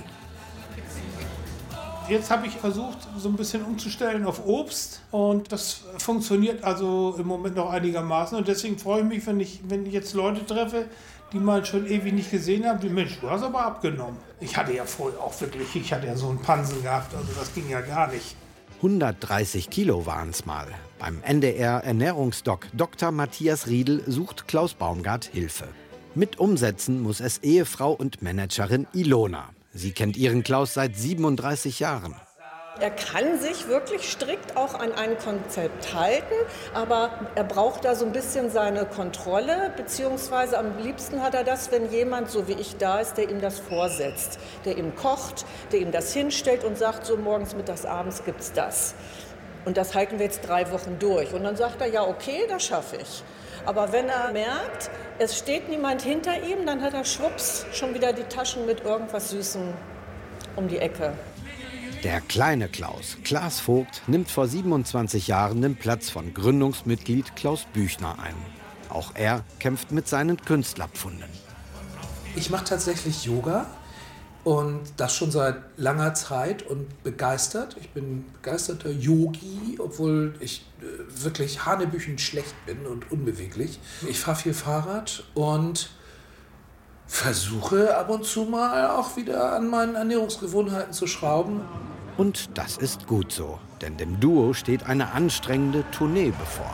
Jetzt habe ich versucht, so ein bisschen umzustellen auf Obst und das funktioniert also im Moment noch einigermaßen. Und deswegen freue ich mich, wenn ich, wenn ich jetzt Leute treffe, die man schon ewig nicht gesehen haben, die Mensch, du hast aber abgenommen. Ich hatte ja vorher auch wirklich, ich hatte ja so einen Pansen gehabt, also das ging ja gar nicht. hundertdreißig Kilo waren es mal. Beim N D R-Ernährungsdoc Doktor Matthias Riedel sucht Klaus Baumgart Hilfe. Mit umsetzen muss es Ehefrau und Managerin Ilona. Sie kennt ihren Klaus seit siebenunddreißig Jahren. Er kann sich wirklich strikt auch an ein Konzept halten, aber er braucht da so ein bisschen seine Kontrolle, beziehungsweise am liebsten hat er das, wenn jemand, so wie ich da ist, der ihm das vorsetzt, der ihm kocht, der ihm das hinstellt und sagt, so morgens, mittags, abends gibt's das. Und das halten wir jetzt drei Wochen durch. Und dann sagt er, ja okay, das schaffe ich. Aber wenn er merkt, es steht niemand hinter ihm, dann hat er schwupps schon wieder die Taschen mit irgendwas Süßem um die Ecke. Der kleine Klaus, Klaas Vogt, nimmt vor siebenundzwanzig Jahren den Platz von Gründungsmitglied Klaus Büchner ein. Auch er kämpft mit seinen Künstlerpfunden. Ich mache tatsächlich Yoga und das schon seit langer Zeit und begeistert. Ich bin begeisterter Yogi, obwohl ich äh, wirklich hanebüchen schlecht bin und unbeweglich. Ich fahre viel Fahrrad und versuche ab und zu mal auch wieder an meinen Ernährungsgewohnheiten zu schrauben. Und das ist gut so, denn dem Duo steht eine anstrengende Tournee bevor.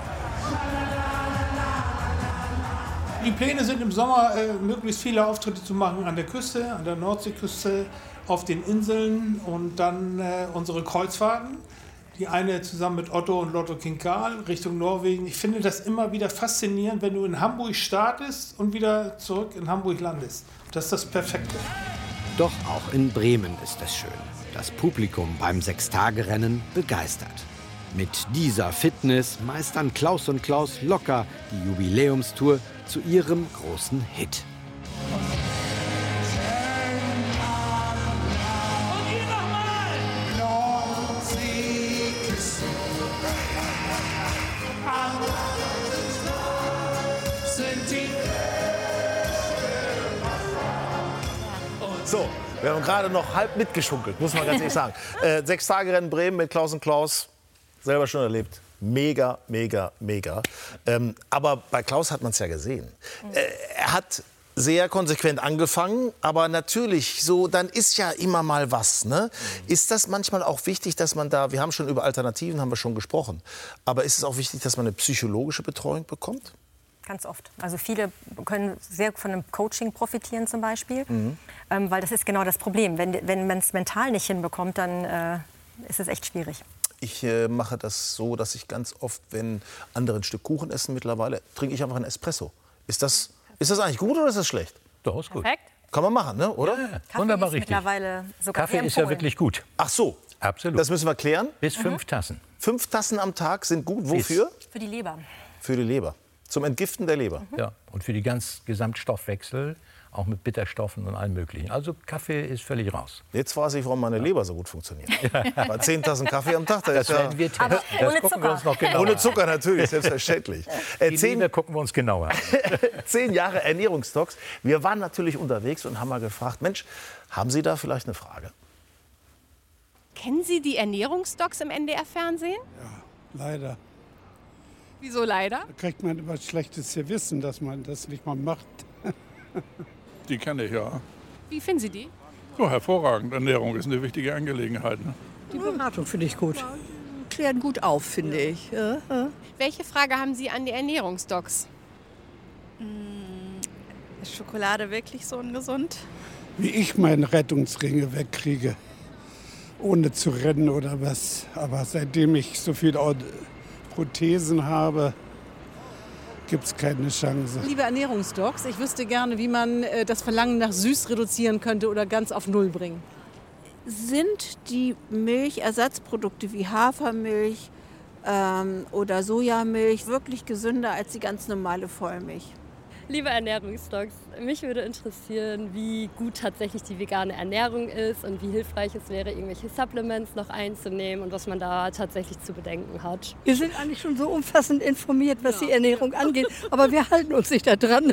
Die Pläne sind im Sommer, äh, möglichst viele Auftritte zu machen an der Küste, an der Nordseeküste, auf den Inseln und dann äh, unsere Kreuzfahrten. Die eine zusammen mit Otto und Lotto King Karl Richtung Norwegen. Ich finde das immer wieder faszinierend, wenn du in Hamburg startest und wieder zurück in Hamburg landest. Das ist das Perfekte. Doch auch in Bremen ist es schön. Das Publikum beim Sechstagerennen begeistert. Mit dieser Fitness meistern Klaus und Klaus locker die Jubiläumstour zu ihrem großen Hit. So, wir haben gerade noch halb mitgeschunkelt, muss man ganz ehrlich sagen. Äh, sechs Tage Rennen Bremen mit Klaus und Klaus, selber schon erlebt. Mega, mega, mega. Ähm, aber bei Klaus hat man es ja gesehen. Äh, er hat sehr konsequent angefangen, aber natürlich, so, dann ist ja immer mal was. Ne? Ist das manchmal auch wichtig, dass man da, wir haben schon über Alternativen, haben wir schon gesprochen, aber ist es auch wichtig, dass man eine psychologische Betreuung bekommt? Ganz oft. Also viele können sehr von einem Coaching profitieren zum Beispiel, mhm. ähm, weil das ist genau das Problem. Wenn, wenn man es mental nicht hinbekommt, dann äh, ist es echt schwierig. Ich äh, mache das so, dass ich ganz oft, wenn andere ein Stück Kuchen essen mittlerweile, trinke ich einfach einen Espresso. Ist das, ist das eigentlich gut oder ist das schlecht? Doch, ist gut. Perfekt. Kann man machen, ne? oder? Ja, wunderbar richtig. Mittlerweile sogar Kaffee ist ja wirklich gut. Ach so. Absolut. Das müssen wir klären. Bis fünf Tassen. Fünf Tassen am Tag sind gut. Wofür? Für die Leber. Für die Leber. Zum Entgiften der Leber. Ja, und für den ganzen Gesamtstoffwechsel, auch mit Bitterstoffen und allem Möglichen. Also Kaffee ist völlig raus. Jetzt weiß ich, warum meine Leber so gut funktioniert. Bei zehn Tassen Kaffee am Tag, da das ist ja... werden wir testen. Das ohne gucken Zucker. wir uns noch genauer Ohne an. Zucker natürlich, selbstverständlich. Äh, Die zehn, Leber gucken wir uns genauer an. zehn Jahre Ernährungsdocs. Wir waren natürlich unterwegs und haben mal gefragt, Mensch, haben Sie da vielleicht eine Frage? Kennen Sie die Ernährungsdocs im N D R-Fernsehen? Ja, leider. Wieso leider? Da kriegt man immer schlechtes Gewissen, dass man das nicht mal macht. Die kenne ich, ja. Wie finden Sie die? So, hervorragend. Ernährung ist eine wichtige Angelegenheit. Ne? Die Beratung finde ich gut. Klären gut auf, finde ich. Ja, ja. Welche Frage haben Sie an die Ernährungsdocs? Ist Schokolade wirklich so ungesund? Wie ich meine Rettungsringe wegkriege, ohne zu rennen oder was. Aber seitdem ich so viel Prothesen habe, gibt es keine Chance. Liebe Ernährungsdocs, ich wüsste gerne, wie man äh, das Verlangen nach süß reduzieren könnte oder ganz auf Null bringen. Sind die Milchersatzprodukte wie Hafermilch ähm, oder Sojamilch wirklich gesünder als die ganz normale Vollmilch? Liebe Ernährungsdocs, mich würde interessieren, wie gut tatsächlich die vegane Ernährung ist und wie hilfreich es wäre, irgendwelche Supplements noch einzunehmen und was man da tatsächlich zu bedenken hat. Wir sind eigentlich schon so umfassend informiert, was die Ernährung angeht, aber wir halten uns nicht da dran.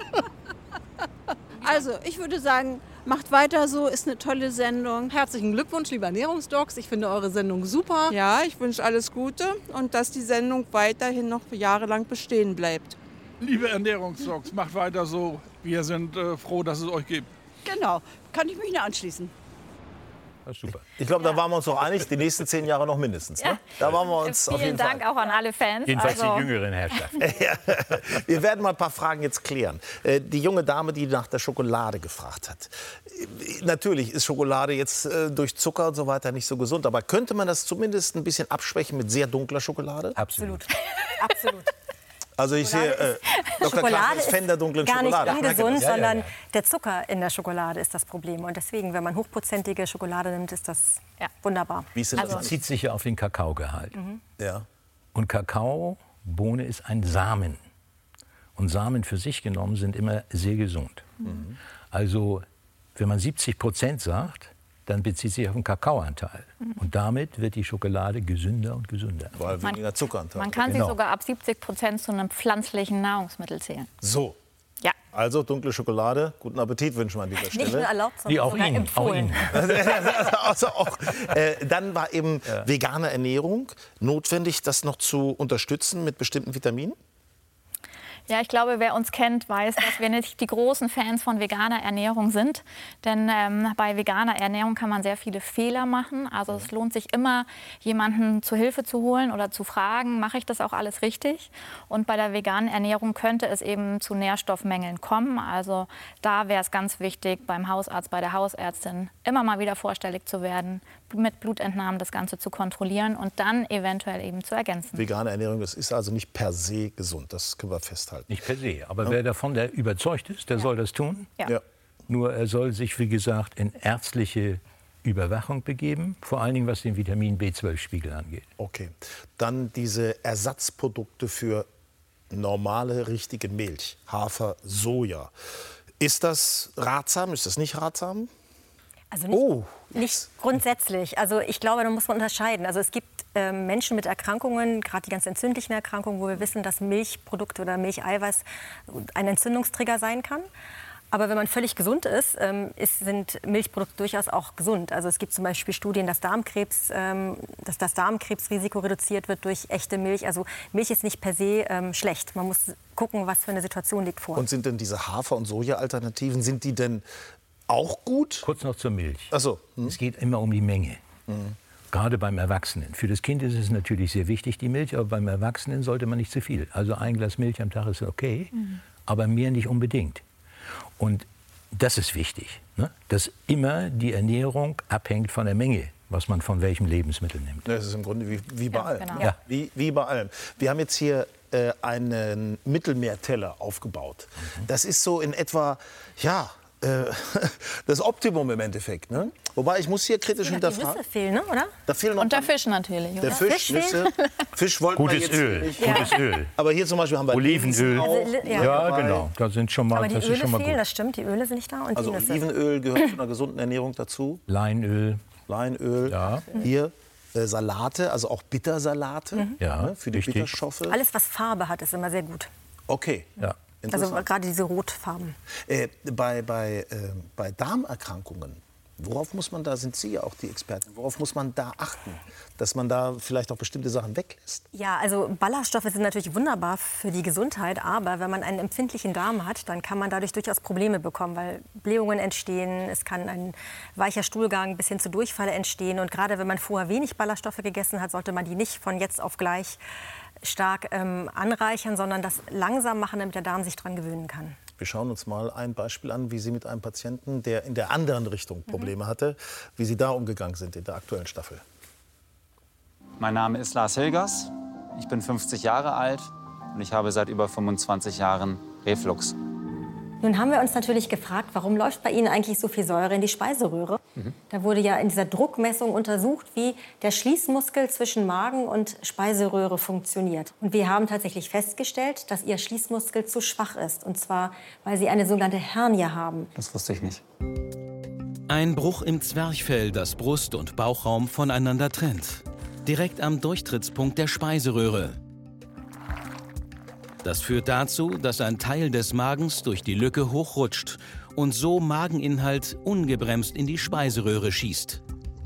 Also, ich würde sagen, macht weiter so, ist eine tolle Sendung. Herzlichen Glückwunsch, liebe Ernährungsdocs. Ich finde eure Sendung super. Ja, ich wünsche alles Gute und dass die Sendung weiterhin noch jahrelang bestehen bleibt. Liebe Ernährungsdocs, macht weiter so. Wir sind äh, froh, dass es euch gibt. Genau, kann ich mich nur anschließen. Das ist super. Ich glaube, da waren wir uns doch einig, die nächsten zehn Jahre noch mindestens. Ne? Da waren wir uns Vielen auf jeden Dank Fall. auch an alle Fans. Jedenfalls also, die jüngeren Herrschaften. Wir werden mal ein paar Fragen jetzt klären. Äh, Die junge Dame, die nach der Schokolade gefragt hat. Äh, Natürlich ist Schokolade jetzt äh, durch Zucker und so weiter nicht so gesund. Aber könnte man das zumindest ein bisschen abschwächen mit sehr dunkler Schokolade? Absolut. Absolut. Also ich sehe, äh, Doktor Kraft ist Fan der dunklen gar Schokolade. nicht ungesund, Ja, ja, ja. sondern der Zucker in der Schokolade ist das Problem. Und deswegen, wenn man hochprozentige Schokolade nimmt, ist das wunderbar. Wie ist denn das Das zieht sich ja auf den Kakaogehalt. Mhm. Ja. Und Kakaobohne ist ein Samen. Und Samen für sich genommen sind immer sehr gesund. Mhm. Also wenn man siebzig Prozent sagt, dann bezieht sich auf den Kakaoanteil. Mhm. Und damit wird die Schokolade gesünder und gesünder. Weil Man- weniger Zuckeranteil. man kann Genau. sie sogar ab siebzig Prozent zu einem pflanzlichen Nahrungsmittel zählen. So. Ja. Also dunkle Schokolade, guten Appetit wünschen wir an dieser Stelle. Nicht nur erlaubt, sondern Wie auch sogar Ihnen, empfohlen. auch Ihnen. also auch, äh, dann war eben vegane Ernährung notwendig, das noch zu unterstützen mit bestimmten Vitaminen? Ja, ich glaube, wer uns kennt, weiß, dass wir nicht die großen Fans von veganer Ernährung sind. Denn ähm, bei veganer Ernährung kann man sehr viele Fehler machen. Also es lohnt sich immer, jemanden zu Hilfe zu holen oder zu fragen, mache ich das auch alles richtig? Und bei der veganen Ernährung könnte es eben zu Nährstoffmängeln kommen. Also da wäre es ganz wichtig, beim Hausarzt, bei der Hausärztin immer mal wieder vorstellig zu werden, mit Blutentnahmen das Ganze zu kontrollieren und dann eventuell eben zu ergänzen. Vegane Ernährung, das ist also nicht per se gesund, das können wir festhalten. Nicht per se, aber Ja. wer davon der überzeugt ist, der soll das tun. Ja. Ja. Nur er soll sich, wie gesagt, in ärztliche Überwachung begeben, vor allen Dingen was den Vitamin B zwölf Spiegel angeht. Okay, dann diese Ersatzprodukte für normale, richtige Milch, Hafer, Soja. Ist das ratsam, ist das nicht ratsam? Also nicht, oh. nicht grundsätzlich. Also ich glaube, da muss man unterscheiden. Also es gibt äh, Menschen mit Erkrankungen, gerade die ganz entzündlichen Erkrankungen, wo wir wissen, dass Milchprodukte oder Milcheiweiß ein Entzündungstrigger sein kann. Aber wenn man völlig gesund ist, ähm, ist, sind Milchprodukte durchaus auch gesund. Also es gibt zum Beispiel Studien, dass, Darmkrebs, ähm, dass das Darmkrebsrisiko reduziert wird durch echte Milch. Also Milch ist nicht per se ähm, schlecht. Man muss gucken, was für eine Situation liegt vor. Und sind denn diese Hafer- und Soja-Alternativen, sind die denn auch gut? Kurz noch zur Milch. Ach so. Hm. Es geht immer um die Menge. Hm. Gerade beim Erwachsenen. Für das Kind ist es natürlich sehr wichtig, die Milch, aber beim Erwachsenen sollte man nicht zu viel. Also ein Glas Milch am Tag ist okay, mhm. aber mehr nicht unbedingt. Und das ist wichtig, ne? Dass immer die Ernährung abhängt von der Menge, was man von welchem Lebensmittel nimmt. Das ist im Grunde wie, wie bei ja, allem. Genau. Ja. Wie, wie bei allem. Wir haben jetzt hier äh, einen Mittelmeerteller aufgebaut. Mhm. Das ist so in etwa, ja, äh, das Optimum im Endeffekt. Ne? Wobei, ich muss hier kritisch ja, hinterfragen. Die Nüsse fehlen, ne? Oder? Da fehlen noch Und der Fisch natürlich. Der oder? Fisch, Nüsse. Fisch wollten Gutes wir jetzt Öl, nicht. gutes Ja. Öl. Aber hier zum Beispiel haben wir Olivenöl. Auch. Also, ja, ja genau. Da sind schon mal, aber die das Öle ist schon mal fehlen, gut. das stimmt. Die Öle sind nicht da. Und Also die Nüsse. Olivenöl gehört zu einer gesunden Ernährung dazu. Leinöl. Leinöl. Ja. Hier äh, Salate, also auch Bittersalate Mhm. Ja, ne, für die richtig. Bitterstoffe. Alles, was Farbe hat, ist immer sehr gut. Okay. Ja. Also gerade diese Rotfarben. Äh, bei, bei, äh, bei Darmerkrankungen, worauf muss man da, sind Sie ja auch die Experten, worauf muss man da achten, dass man da vielleicht auch bestimmte Sachen weglässt? Ja, also Ballaststoffe sind natürlich wunderbar für die Gesundheit, aber wenn man einen empfindlichen Darm hat, dann kann man dadurch durchaus Probleme bekommen, weil Blähungen entstehen, es kann ein weicher Stuhlgang bis hin zu Durchfall entstehen und gerade wenn man vorher wenig Ballaststoffe gegessen hat, sollte man die nicht von jetzt auf gleich stark ähm, anreichern, sondern das langsam machen, damit der Darm sich daran gewöhnen kann. Wir schauen uns mal ein Beispiel an, wie Sie mit einem Patienten, der in der anderen Richtung Probleme hatte, wie Sie da umgegangen sind in der aktuellen Staffel. Mein Name ist Lars Hilgers, ich bin fünfzig Jahre alt und ich habe seit über fünfundzwanzig Jahren Reflux. Nun haben wir uns natürlich gefragt, warum läuft bei Ihnen eigentlich so viel Säure in die Speiseröhre? Mhm. Da wurde ja in dieser Druckmessung untersucht, wie der Schließmuskel zwischen Magen und Speiseröhre funktioniert. Und wir haben tatsächlich festgestellt, dass Ihr Schließmuskel zu schwach ist. Und zwar, weil Sie eine sogenannte Hernie haben. Das wusste ich nicht. Ein Bruch im Zwerchfell, das Brust- und Bauchraum voneinander trennt. Direkt am Durchtrittspunkt der Speiseröhre. Das führt dazu, dass ein Teil des Magens durch die Lücke hochrutscht und so Mageninhalt ungebremst in die Speiseröhre schießt.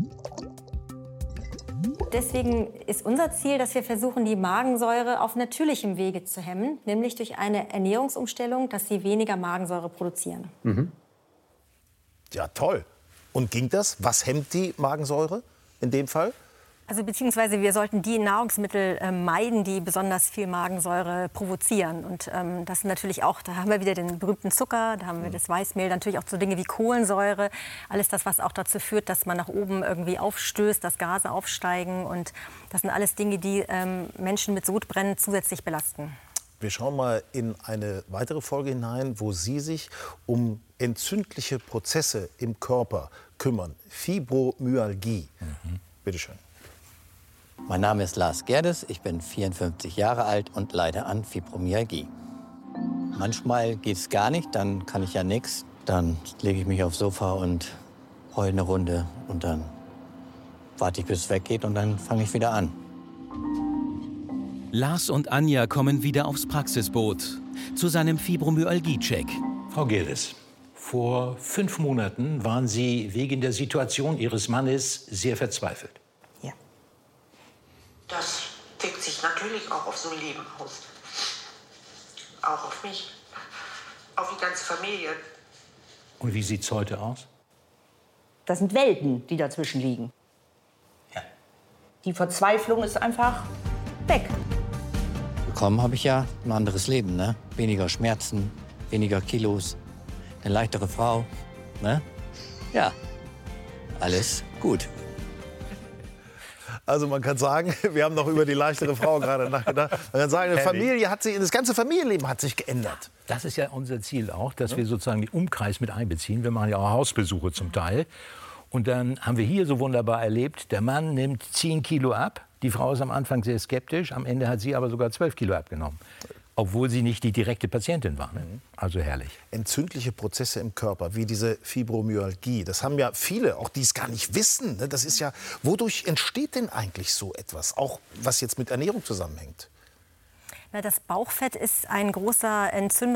Deswegen ist unser Ziel, dass wir versuchen, die Magensäure auf natürlichem Wege zu hemmen, nämlich durch eine Ernährungsumstellung, dass sie weniger Magensäure produzieren. Mhm. Ja, toll. Und ging das? Was hemmt die Magensäure in dem Fall? Also beziehungsweise wir sollten die Nahrungsmittel äh, meiden, die besonders viel Magensäure provozieren. Und ähm, das natürlich auch, da haben wir wieder den berühmten Zucker, da haben wir das Weißmehl, natürlich auch so Dinge wie Kohlensäure. Alles das, was auch dazu führt, dass man nach oben irgendwie aufstößt, dass Gase aufsteigen. Und das sind alles Dinge, die ähm, Menschen mit Sodbrennen zusätzlich belasten. Wir schauen mal in eine weitere Folge hinein, wo Sie sich um entzündliche Prozesse im Körper kümmern. Fibromyalgie. Mhm. Bitte schön. Mein Name ist Lars Gerdes, ich bin vierundfünfzig Jahre alt und leide an Fibromyalgie. Manchmal geht es gar nicht, dann kann ich ja nichts. Dann lege ich mich aufs Sofa und heule eine Runde und dann warte ich, bis es weggeht und dann fange ich wieder an. Lars und Anja kommen wieder aufs Praxisboot zu seinem Fibromyalgie-Check. Frau Gerdes, vor fünf Monaten waren Sie wegen der Situation Ihres Mannes sehr verzweifelt. Das wirkt sich natürlich auch auf so ein Leben aus. Auch auf mich. Auf die ganze Familie. Und wie sieht's heute aus? Das sind Welten, die dazwischen liegen. Ja. Die Verzweiflung ist einfach weg. Bekommen habe ich ja ein anderes Leben, ne? Weniger Schmerzen, weniger Kilos, eine leichtere Frau, ne? Ja, alles gut. Also man kann sagen, wir haben noch über die leichtere Frau gerade nachgedacht. Man kann sagen, eine Familie hat sich, das ganze Familienleben hat sich geändert. Das ist ja unser Ziel auch, dass wir sozusagen den Umkreis mit einbeziehen. Wir machen ja auch Hausbesuche zum Teil. Und dann haben wir hier so wunderbar erlebt, der Mann nimmt zehn Kilo ab. Die Frau ist am Anfang sehr skeptisch, am Ende hat sie aber sogar zwölf Kilo abgenommen. Obwohl sie nicht die direkte Patientin war. Ne? Also herrlich. Entzündliche Prozesse im Körper, wie diese Fibromyalgie, das haben ja viele, auch die es gar nicht wissen. Ne? Das ist ja, wodurch entsteht denn eigentlich so etwas, auch was jetzt mit Ernährung zusammenhängt? Na, das Bauchfett ist ein großer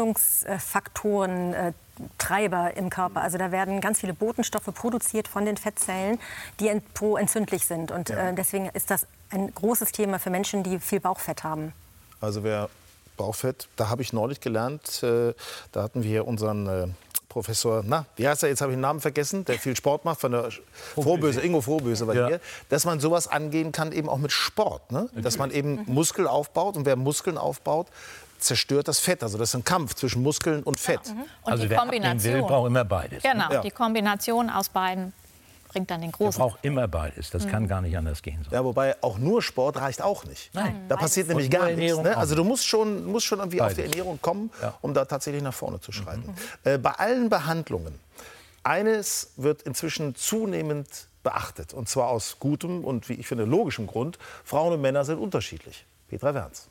Entzündungsfaktorentreiber im Körper. Also da werden ganz viele Botenstoffe produziert von den Fettzellen, die ent- pro-entzündlich sind. Und Ja. äh, deswegen ist das ein großes Thema für Menschen, die viel Bauchfett haben. Also wer Bauchfett, da habe ich neulich gelernt, äh, da hatten wir unseren äh, Professor, na, wie heißt er, jetzt habe ich den Namen vergessen, der viel Sport macht, von der Frohböse, Ingo Frohböse bei Ja. dir, dass man sowas angehen kann, eben auch mit Sport. Ne? Dass man eben Muskel aufbaut und wer Muskeln aufbaut, zerstört das Fett. Also das ist ein Kampf zwischen Muskeln und Fett. Und Also die wer abnehmen Kombination. will, braucht immer beides. Genau, Ja. die Kombination aus beiden bringt dann den Der großen. braucht immer beides. Das kann Mhm. gar nicht anders gehen. Ja, wobei auch nur Sport reicht auch nicht. Nein. Da passiert Und nämlich nur gar nichts. Ernährung Ne? auch Also du musst schon, musst schon irgendwie auf die Beides. Ernährung kommen, Ja. um da tatsächlich nach vorne zu schreiten. Äh, bei allen Behandlungen, eines wird inzwischen zunehmend beachtet. Und zwar aus gutem und, wie ich finde, logischem Grund. Frauen und Männer sind unterschiedlich. Petra Werns.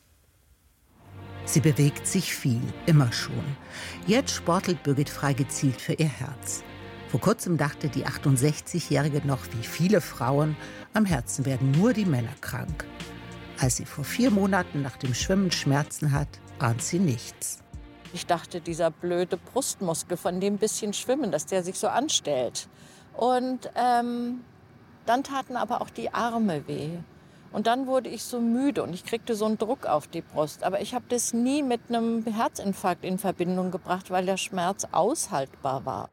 Sie bewegt sich viel, immer schon. Jetzt sportelt Birgit Frey gezielt für ihr Herz. Vor kurzem dachte die achtundsechzigjährige noch, wie viele Frauen, am Herzen werden nur die Männer krank. Als sie vor vier Monaten nach dem Schwimmen Schmerzen hat, ahnt sie nichts. Ich dachte, dieser blöde Brustmuskel von dem bisschen Schwimmen, dass der sich so anstellt. Und ähm, dann taten aber auch die Arme weh. Und dann wurde ich so müde und ich kriegte so einen Druck auf die Brust. Aber ich habe das nie mit einem Herzinfarkt in Verbindung gebracht, weil der Schmerz aushaltbar war.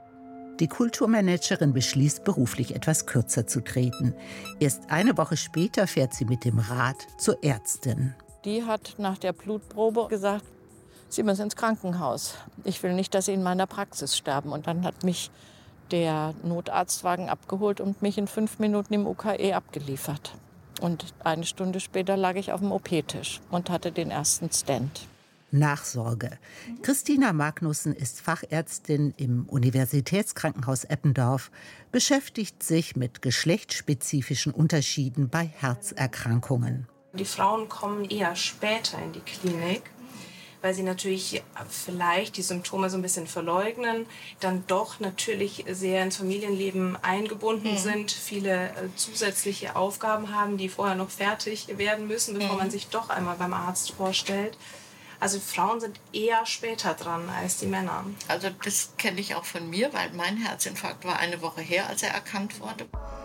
Die Kulturmanagerin beschließt, beruflich etwas kürzer zu treten. Erst eine Woche später fährt sie mit dem Rad zur Ärztin. Die hat nach der Blutprobe gesagt, Sie müssen ins Krankenhaus. Ich will nicht, dass Sie in meiner Praxis sterben. Und dann hat mich der Notarztwagen abgeholt und mich in fünf Minuten im U K E abgeliefert. Und eine Stunde später lag ich auf dem O P-Tisch und hatte den ersten Stent. Nachsorge. Christina Magnussen ist Fachärztin im Universitätskrankenhaus Eppendorf, beschäftigt sich mit geschlechtsspezifischen Unterschieden bei Herzerkrankungen. Die Frauen kommen eher später in die Klinik, weil sie natürlich vielleicht die Symptome so ein bisschen verleugnen, dann doch natürlich sehr ins Familienleben eingebunden Mhm. sind, viele äh, zusätzliche Aufgaben haben, die vorher noch fertig werden müssen, bevor Mhm. man sich doch einmal beim Arzt vorstellt. Also Frauen sind eher später dran als die Männer. Also das kenne ich auch von mir, weil mein Herzinfarkt war eine Woche her, als er erkannt wurde.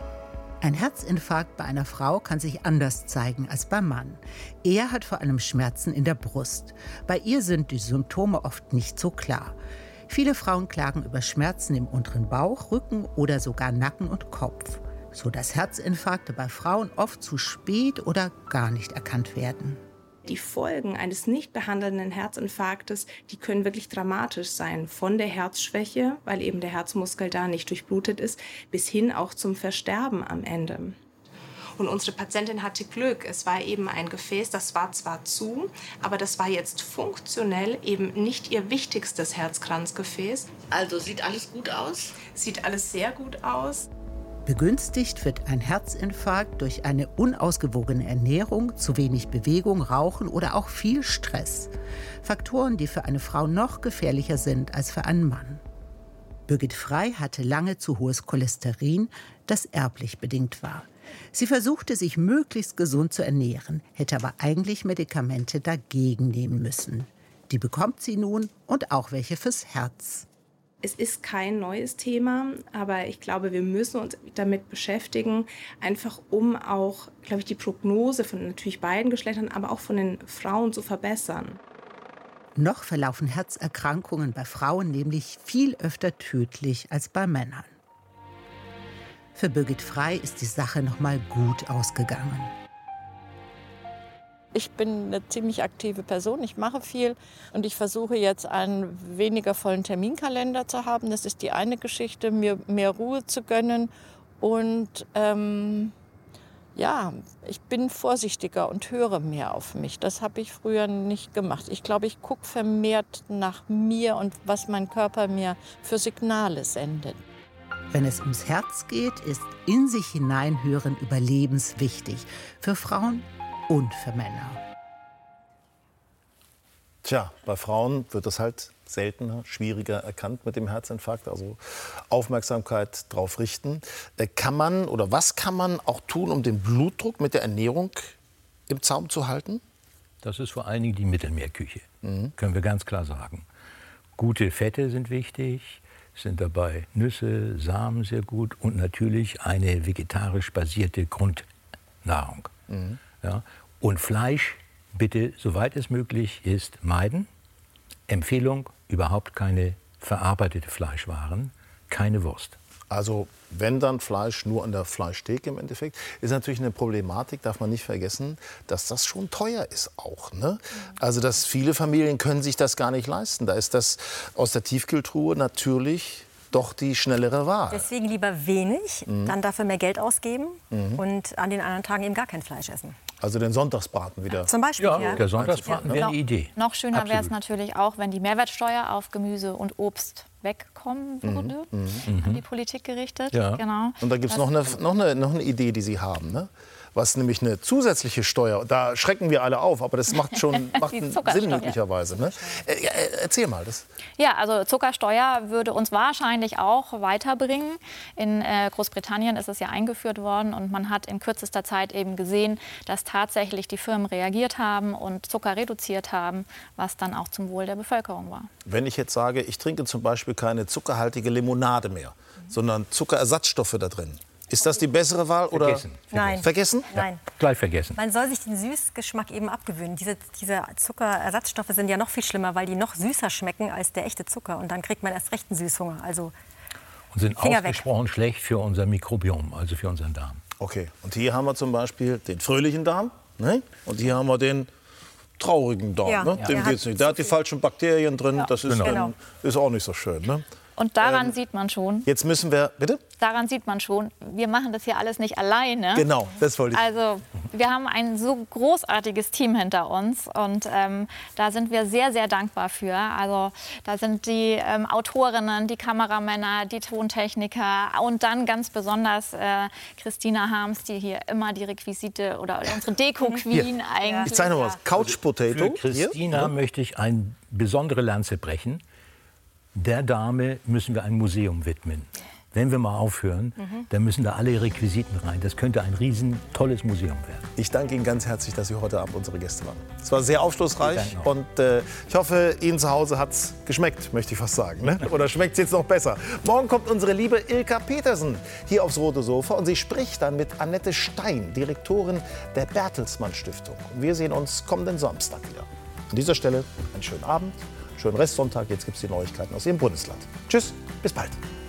Ein Herzinfarkt bei einer Frau kann sich anders zeigen als beim Mann. Er hat vor allem Schmerzen in der Brust. Bei ihr sind die Symptome oft nicht so klar. Viele Frauen klagen über Schmerzen im unteren Bauch, Rücken oder sogar Nacken und Kopf, sodass Herzinfarkte bei Frauen oft zu spät oder gar nicht erkannt werden. Die Folgen eines nicht behandelnden Herzinfarktes, die können wirklich dramatisch sein. Von der Herzschwäche, weil eben der Herzmuskel da nicht durchblutet ist, bis hin auch zum Versterben am Ende. Und unsere Patientin hatte Glück. Es war eben ein Gefäß, das war zwar zu, aber das war jetzt funktionell eben nicht ihr wichtigstes Herzkranzgefäß. Also sieht alles gut aus? Sieht alles sehr gut aus. Begünstigt wird ein Herzinfarkt durch eine unausgewogene Ernährung, zu wenig Bewegung, Rauchen oder auch viel Stress. Faktoren, die für eine Frau noch gefährlicher sind als für einen Mann. Birgit Frey hatte lange zu hohes Cholesterin, das erblich bedingt war. Sie versuchte, sich möglichst gesund zu ernähren, hätte aber eigentlich Medikamente dagegen nehmen müssen. Die bekommt sie nun und auch welche fürs Herz. Es ist kein neues Thema, aber ich glaube, wir müssen uns damit beschäftigen, einfach um auch, glaube ich, die Prognose von natürlich beiden Geschlechtern, aber auch von den Frauen zu verbessern. Noch verlaufen Herzerkrankungen bei Frauen nämlich viel öfter tödlich als bei Männern. Für Birgit Frey ist die Sache noch mal gut ausgegangen. Ich bin eine ziemlich aktive Person, ich mache viel und ich versuche jetzt einen weniger vollen Terminkalender zu haben. Das ist die eine Geschichte, mir mehr Ruhe zu gönnen und ähm, ja, ich bin vorsichtiger und höre mehr auf mich. Das habe ich früher nicht gemacht. Ich glaube, ich gucke vermehrt nach mir und was mein Körper mir für Signale sendet. Wenn es ums Herz geht, ist in sich hineinhören überlebenswichtig. Für Frauen und für Männer. Tja, bei Frauen wird das halt seltener, schwieriger erkannt mit dem Herzinfarkt. Also Aufmerksamkeit drauf richten. Kann man oder was kann man auch tun, um den Blutdruck mit der Ernährung im Zaum zu halten? Das ist vor allen Dingen die Mittelmeerküche, mhm. können wir ganz klar sagen. Gute Fette sind wichtig, sind dabei Nüsse, Samen sehr gut und natürlich eine vegetarisch basierte Grundnahrung. Mhm. Ja. Und Fleisch bitte, soweit es möglich ist, meiden. Empfehlung, überhaupt keine verarbeitete Fleischwaren, keine Wurst. Also wenn dann Fleisch nur an der Fleischtheke im Endeffekt, ist natürlich eine Problematik, darf man nicht vergessen, dass das schon teuer ist auch. Ne? Also dass viele Familien können sich das gar nicht leisten. Da ist das aus der Tiefkühltruhe natürlich doch die schnellere Wahl. Deswegen lieber wenig, mhm. dann dafür mehr Geld ausgeben Mhm. und an den anderen Tagen eben gar kein Fleisch essen. Also den Sonntagsbraten wieder. Zum Beispiel, Ja, ja. der Sonntagsbraten wäre eine Idee. Noch schöner wäre es Absolut. natürlich auch, wenn die Mehrwertsteuer auf Gemüse und Obst wegkommen würde, Mhm. an die Politik gerichtet. Ja. Genau. Und da gibt es Das- noch eine, noch, eine, noch eine Idee, die Sie haben, ne? Was nämlich eine zusätzliche Steuer, da schrecken wir alle auf, aber das macht schon macht Die einen Zuckersteuer. Sinn möglicherweise. Ne? Äh, äh, erzähl mal das. Ja, also Zuckersteuer würde uns wahrscheinlich auch weiterbringen. In äh, Großbritannien ist es ja eingeführt worden und man hat in kürzester Zeit eben gesehen, dass tatsächlich die Firmen reagiert haben und Zucker reduziert haben, was dann auch zum Wohl der Bevölkerung war. Wenn ich jetzt sage, ich trinke zum Beispiel keine zuckerhaltige Limonade mehr, sondern Zuckerersatzstoffe da drin. Ist das die bessere Wahl? Oder? Vergessen. Nein. Vergessen? Nein. Gleich vergessen. Man soll sich den Süßgeschmack eben abgewöhnen. Diese, diese Zuckerersatzstoffe sind ja noch viel schlimmer, weil die noch süßer schmecken als der echte Zucker. Und dann kriegt man erst recht einen Süßhunger. Also Und sind Finger weg. ausgesprochen schlecht für unser Mikrobiom, also für unseren Darm. Okay, und hier haben wir zum Beispiel den fröhlichen Darm, ne? Und hier haben wir den traurigen Darm. Ja. Ne? Ja. Dem Der hat geht's nicht. Der hat die falschen Bakterien drin. Ja. Das ist, Genau. dann, ist auch nicht so schön. Ne? Und daran Ähm, sieht man schon, Jetzt müssen wir, bitte? daran sieht man schon, wir machen das hier alles nicht alleine. Genau, das wollte ich. Also wir haben ein so großartiges Team hinter uns und ähm, da sind wir sehr, sehr dankbar für. Also da sind die ähm, Autorinnen, die Kameramänner, die Tontechniker und dann ganz besonders äh, Christina Harms, die hier immer die Requisite oder unsere Deko-Queen eigentlich. Ich zeige noch was. Couch Potato. Für Christina Hier. möchte ich eine besondere Lanze brechen. Der Dame müssen wir ein Museum widmen. Wenn wir mal aufhören, Mhm. dann müssen da alle Requisiten rein. Das könnte ein riesen tolles Museum werden. Ich danke Ihnen ganz herzlich, dass Sie heute Abend unsere Gäste waren. Es war sehr aufschlussreich Ich danke auch. und äh, ich hoffe, Ihnen zu Hause hat es geschmeckt, möchte ich fast sagen. Ne? Oder schmeckt es jetzt noch besser? Morgen kommt unsere liebe Ilka Petersen hier aufs Rote Sofa und sie spricht dann mit Annette Stein, Direktorin der Bertelsmann Stiftung. Und wir sehen uns kommenden Samstag wieder. An dieser Stelle einen schönen Abend, schönen Restsonntag. Jetzt gibt es die Neuigkeiten aus Ihrem Bundesland. Tschüss, bis bald.